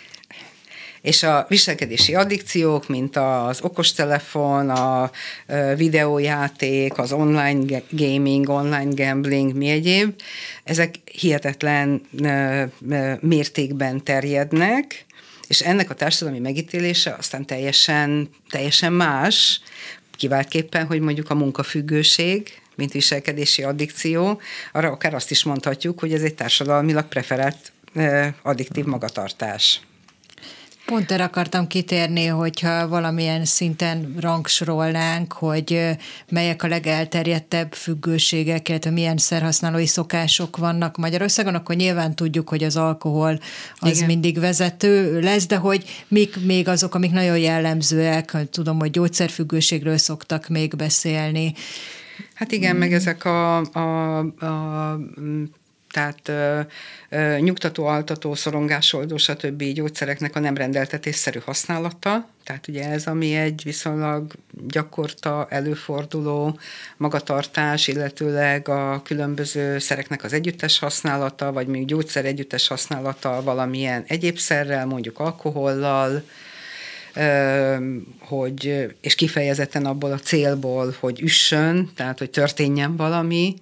És a viselkedési addikciók, mint az okostelefon, a videójáték, az online gaming, online gambling, mi egyéb, ezek hihetetlen mértékben terjednek, és ennek a társadalmi megítélése aztán teljesen, teljesen más, kiváltképpen, hogy mondjuk a munkafüggőség, mint viselkedési addikció, arra akár azt is mondhatjuk, hogy ez egy társadalmilag preferált addiktív magatartás. Pont erre akartam kitérni, hogyha valamilyen szinten rangsorolnánk, hogy melyek a legelterjedtebb függőségek, illetve milyen szerhasználói szokások vannak Magyarországon, akkor nyilván tudjuk, hogy az alkohol az igen. mindig vezető lesz, de hogy mik még azok, amik nagyon jellemzőek, tudom, hogy gyógyszerfüggőségről szoktak még beszélni. Hát igen, hmm. meg ezek a, a, a tehát ö, ö, nyugtató, altató, szorongásoldó, stb. Gyógyszereknek a nem rendeltetésszerű használata. Tehát ugye ez, ami egy viszonylag gyakorta előforduló magatartás, illetőleg a különböző szereknek az együttes használata, vagy még gyógyszer együttes használata valamilyen egyéb szerrel, mondjuk alkohollal, hogy, és kifejezetten abból a célból, hogy üssön, tehát hogy történjen valami.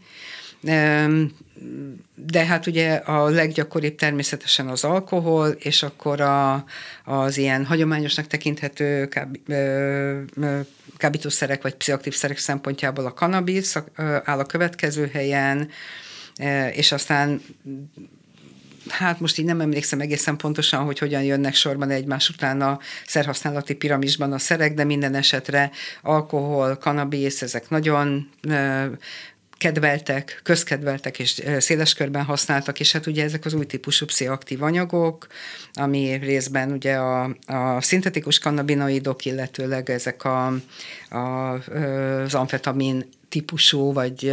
De hát ugye a leggyakoribb természetesen az alkohol, és akkor a, az ilyen hagyományosnak tekinthető káb, kábítószerek vagy pszichoaktív szerek szempontjából a kannabisz áll a következő helyen, és aztán hát most így nem emlékszem egészen pontosan, hogy hogyan jönnek sorban egymás után a szerhasználati piramisban a szerek, de minden esetre alkohol, kannabisz, ezek nagyon kedveltek, közkedveltek és széles körben használtak, és hát ugye ezek az új típusú pszichoaktív anyagok, ami részben ugye a, a szintetikus kannabinoidok, illetőleg ezek a, a, az amfetamin típusú, vagy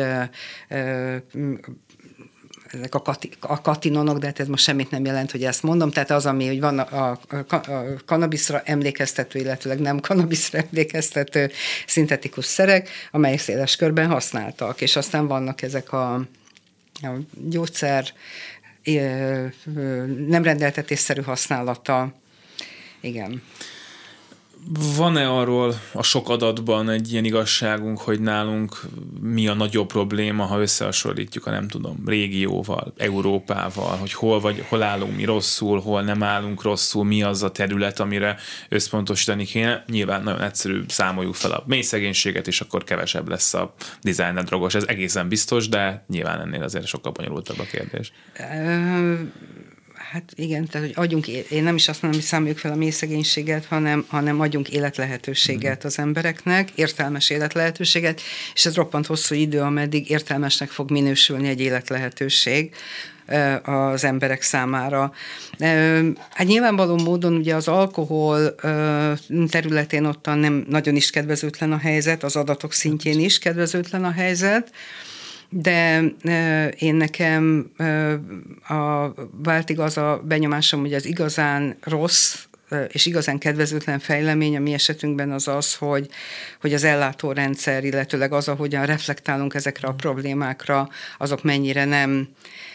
ezek a, kati, a katinonok, de hát ez most semmit nem jelent, hogy ezt mondom, tehát az, ami hogy van a, a, a kannabiszra emlékeztető, illetőleg nem kannabiszra emlékeztető szintetikus szerek, amelyek széles körben használtak, és aztán vannak ezek a, a gyógyszer nem rendeltetésszerű használata, igen. Van-e arról a sok adatban egy ilyen igazságunk, hogy nálunk mi a nagyobb probléma, ha összehasonlítjuk a nem tudom, régióval, Európával, hogy hol, vagy, hol állunk mi rosszul, hol nem állunk rosszul, mi az a terület, amire összpontosítani kéne. Nyilván nagyon egyszerű, számoljuk fel a mély szegénységet, és akkor kevesebb lesz a designer drogos. Ez egészen biztos, de nyilván ennél azért sokkal bonyolultabb a kérdés. Hát igen, tehát hogy adjunk, én nem is azt mondom, hogy számoljuk fel a mély szegénységet, hanem, hanem adjunk életlehetőséget az embereknek, értelmes életlehetőséget, és ez roppant hosszú idő, ameddig értelmesnek fog minősülni egy életlehetőség az emberek számára. Hát nyilvánvaló módon ugye az alkohol területén ottan nem nagyon is kedvezőtlen a helyzet, az adatok szintjén is kedvezőtlen a helyzet, de én nekem a, váltig az a benyomásom, hogy az igazán rossz és igazán kedvezőtlen fejlemény a mi esetünkben az az, hogy, hogy az ellátórendszer, illetőleg az, ahogyan reflektálunk ezekre a problémákra, azok mennyire nem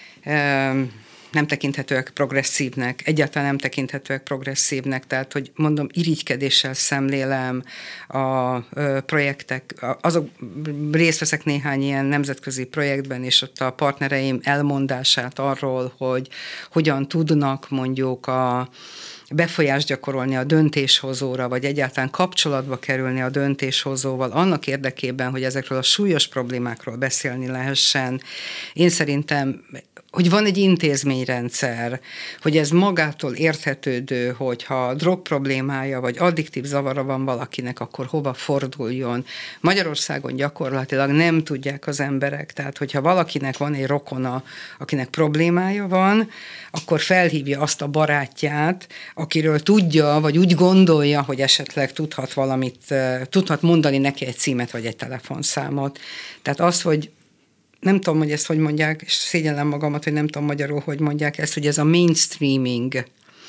nem tekinthetőek progresszívnek, egyáltalán nem tekinthetőek progresszívnek, tehát, hogy mondom, irigykedéssel szemlélem a projektek, azok részt veszek néhány ilyen nemzetközi projektben, és ott a partnereim elmondását arról, hogy hogyan tudnak mondjuk a befolyást gyakorolni a döntéshozóra, vagy egyáltalán kapcsolatba kerülni a döntéshozóval annak érdekében, hogy ezekről a súlyos problémákról beszélni lehessen. Én szerintem, hogy van egy intézményrendszer, hogy ez magától érthetődő, hogyha drog problémája, vagy addiktív zavara van valakinek, akkor hova forduljon. Magyarországon gyakorlatilag nem tudják az emberek, tehát hogyha valakinek van egy rokona, akinek problémája van, akkor felhívja azt a barátját, akiről tudja, vagy úgy gondolja, hogy esetleg tudhat valamit, tudhat mondani neki egy címet, vagy egy telefonszámot. Tehát az, hogy nem tudom, hogy ezt hogy mondják, és szégyellem magamat, hogy nem tudom magyarul, hogy mondják ezt, hogy ez a mainstreaming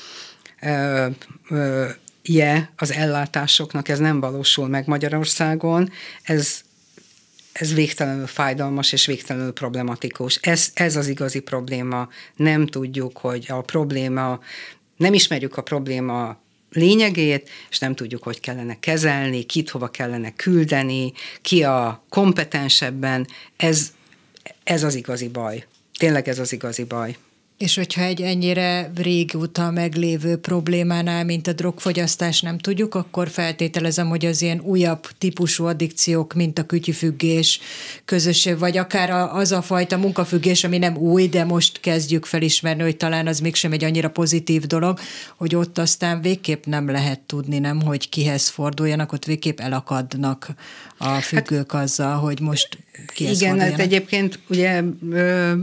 ö, ö, je az ellátásoknak, ez nem valósul meg Magyarországon, ez, ez végtelenül fájdalmas és végtelenül problematikus. Ez, ez az igazi probléma. Nem tudjuk, hogy a probléma, nem ismerjük a probléma lényegét, és nem tudjuk, hogy kellene kezelni, kit hova kellene küldeni, ki a kompetensebben. Ez Ez az igazi baj. Tényleg ez az igazi baj. És hogyha egy ennyire régóta meglévő problémánál, mint a drogfogyasztás nem tudjuk, akkor feltételezem, hogy az ilyen újabb típusú addikciók, mint a kütyüfüggés, közösség, vagy akár az a fajta munkafüggés, ami nem új, de most kezdjük felismerni, hogy talán az mégsem egy annyira pozitív dolog, hogy ott aztán végképp nem lehet tudni, nem, hogy kihez forduljanak, ott végképp elakadnak a függők hát, azzal, hogy most kihez igen, forduljanak. Hát egyébként ugye ö,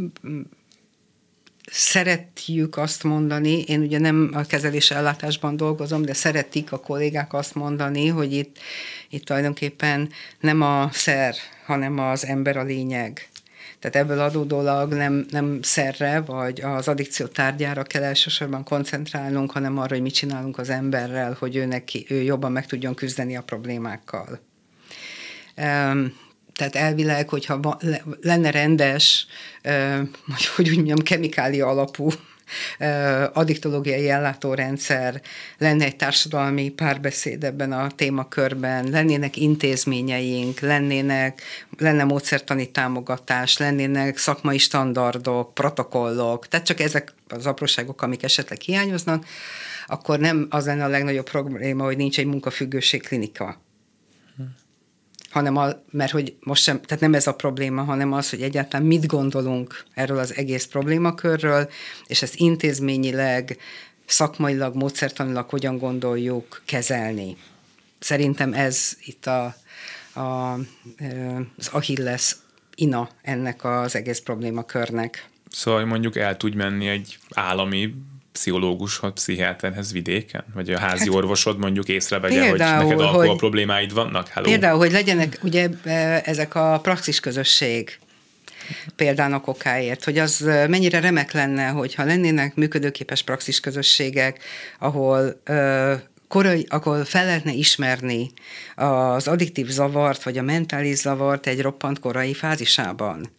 szeretjük azt mondani, én ugye nem a kezelés ellátásban dolgozom, de szeretik a kollégák azt mondani, hogy itt, itt tulajdonképpen nem a szer, hanem az ember a lényeg. Tehát ebből adódólag nem, nem szerre, vagy az addikció tárgyára kell elsősorban koncentrálnunk, hanem arra, hogy mit csinálunk az emberrel, hogy ő, neki, ő jobban meg tudjon küzdeni a problémákkal. Um, Tehát elvileg, hogyha lenne rendes, hogy úgy mondjam, kemikália alapú addiktológiai ellátórendszer, lenne egy társadalmi párbeszéd ebben a témakörben, lennének intézményeink, lennének, lenne módszertani támogatás, lennének szakmai standardok, protokollok, tehát csak ezek az apróságok, amik esetleg hiányoznak, akkor nem az lenne a legnagyobb probléma, hogy nincs egy munkafüggőség klinika. hanem a, mert hogy most sem, tehát nem ez a probléma, hanem az, hogy egyáltalán mit gondolunk erről az egész problémakörről, és ezt intézményileg, szakmailag, módszertanilag hogyan gondoljuk kezelni. Szerintem ez itt a, a, az Achilles ina ennek az egész problémakörnek. Szóval mondjuk el tudj menni egy állami pszichológushoz, pszichiáterhez vidéken? Vagy a házi hát, orvosod mondjuk észrevegye, hogy neked alkohol problémáid vannak? Hello. Például, hogy legyenek ugye ezek a praxis közösség példának okáért, hogy az mennyire remek lenne, hogyha lennének működőképes praxis közösségek, ahol korai, akkor fel lehetne ismerni az addiktív zavart, vagy a mentális zavart egy roppant korai fázisában.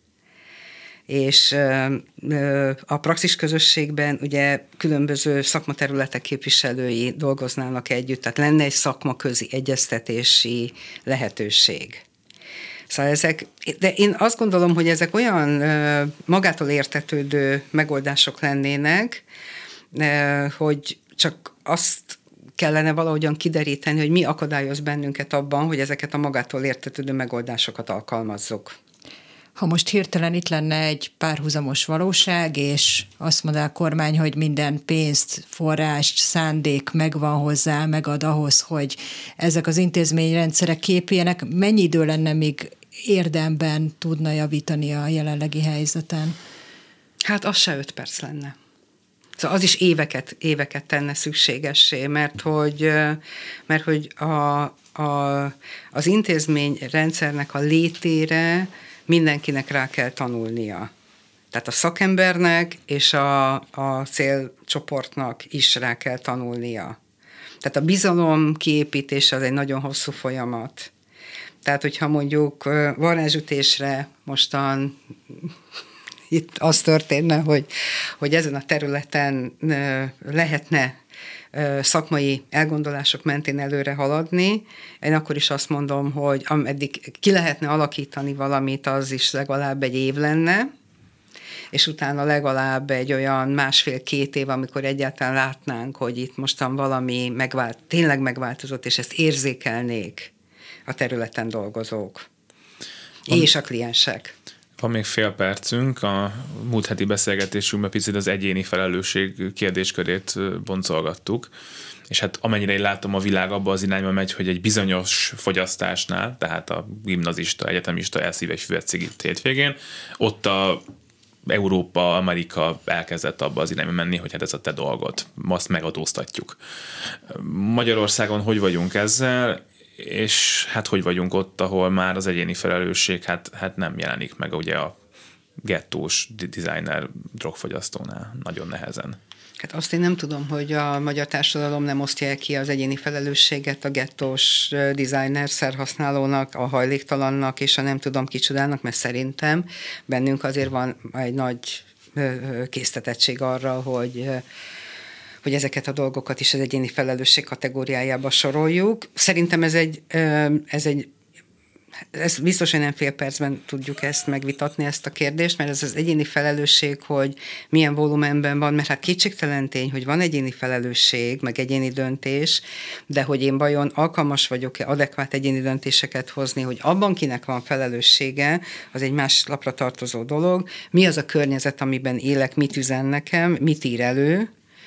És a praxis közösségben ugye különböző szakmaterületek képviselői dolgoznának együtt, tehát lenne egy szakmaközi egyeztetési lehetőség. Szóval ezek, de én azt gondolom, hogy ezek olyan magától értetődő megoldások lennének, hogy csak azt kellene valahogyan kideríteni, hogy mi akadályoz bennünket abban, hogy ezeket a magától értetődő megoldásokat alkalmazzuk. Ha most hirtelen itt lenne egy párhuzamos valóság, és azt mondaná a kormány, hogy minden pénzt, forrást, szándék megvan hozzá, megad ahhoz, hogy ezek az intézményrendszerek képüljenek, mennyi idő lenne, még érdemben tudna javítani a jelenlegi helyzeten? Hát az se öt perc lenne. Szóval az is éveket, éveket tenne szükségessé, mert hogy, mert hogy a, a, az intézményrendszernek a létére mindenkinek rá kell tanulnia. Tehát a szakembernek és a, a célcsoportnak is rá kell tanulnia. Tehát a bizalom kiépítése az egy nagyon hosszú folyamat. Tehát, hogyha mondjuk varázsütésre mostan itt az történne, hogy, hogy ezen a területen lehetne szakmai elgondolások mentén előre haladni, én akkor is azt mondom, hogy ameddig ki lehetne alakítani valamit, az is legalább egy év lenne, és utána legalább egy olyan másfél-két év, amikor egyáltalán látnánk, hogy itt mostan valami megvált, tényleg megváltozott, és ezt érzékelnék a területen dolgozók van, és a kliensek. Van még fél percünk, a múlt heti beszélgetésünkben picit az egyéni felelősség kérdéskörét boncolgattuk, és hát amennyire én látom, a világ abba az irányba megy, hogy egy bizonyos fogyasztásnál, tehát a gimnazista, egyetemista elszív egy füvet cigit hétvégén, ott a Európa, Amerika elkezdett abba az irányba menni, hogy hát ez a te dolgod, azt megadóztatjuk. Magyarországon hogy vagyunk ezzel, és hát hogy vagyunk ott, ahol már az egyéni felelősség hát, hát nem jelenik meg ugye a gettós designer drogfogyasztónál nagyon nehezen. Hát azt én nem tudom, hogy a magyar társadalom nem osztja ki az egyéni felelősséget a gettós designer szerhasználónak, a hajléktalannak és a nem tudom kicsodának, mert szerintem bennünk azért van egy nagy késztetettség arra, hogy hogy ezeket a dolgokat is az egyéni felelősség kategóriájába soroljuk. Szerintem ez egy, ez egy ez biztos, hogy nem fél percben tudjuk ezt megvitatni, ezt a kérdést, mert ez az egyéni felelősség, hogy milyen volumenben van, mert hát kétségtelen tény, hogy van egyéni felelősség, meg egyéni döntés, de hogy én vajon alkalmas vagyok-e adekvát egyéni döntéseket hozni, hogy abban kinek van felelőssége, az egy más lapra tartozó dolog. Mi az a környezet, amiben élek, mit üzen nekem, mit ír elő,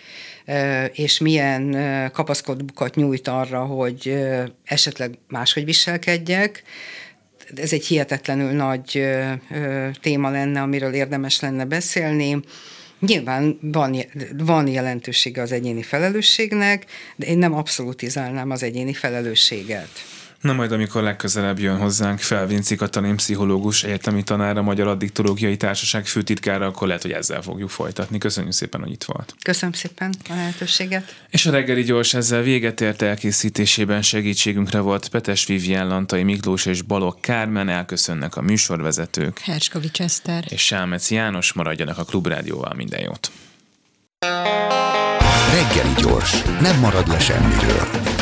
és milyen kapaszkodókat nyújt arra, hogy esetleg máshogy viselkedjek. Ez egy hihetetlenül nagy téma lenne, amiről érdemes lenne beszélni. Nyilván van, van jelentősége az egyéni felelősségnek, de én nem abszolutizálnám az egyéni felelősséget. Na majd, amikor legközelebb jön hozzánk Felvinci Katalin pszichológus, egyetemi tanár, a Magyar Addiktológiai Társaság főtitkára, akkor lehet, hogy ezzel fogjuk folytatni. Köszönjük szépen, hogy itt volt. Köszönöm szépen a lehetőséget. És a reggeli gyors ezzel véget ért, elkészítésében segítségünkre volt Petes Vivien, Lantai Miklós és Balogh Kármen, elköszönnek a műsorvezetők. Herskovics Eszter. És Sámec János, maradjanak a Klubrádióval, minden jót. Reggeli gyors, nem marad le semmiről.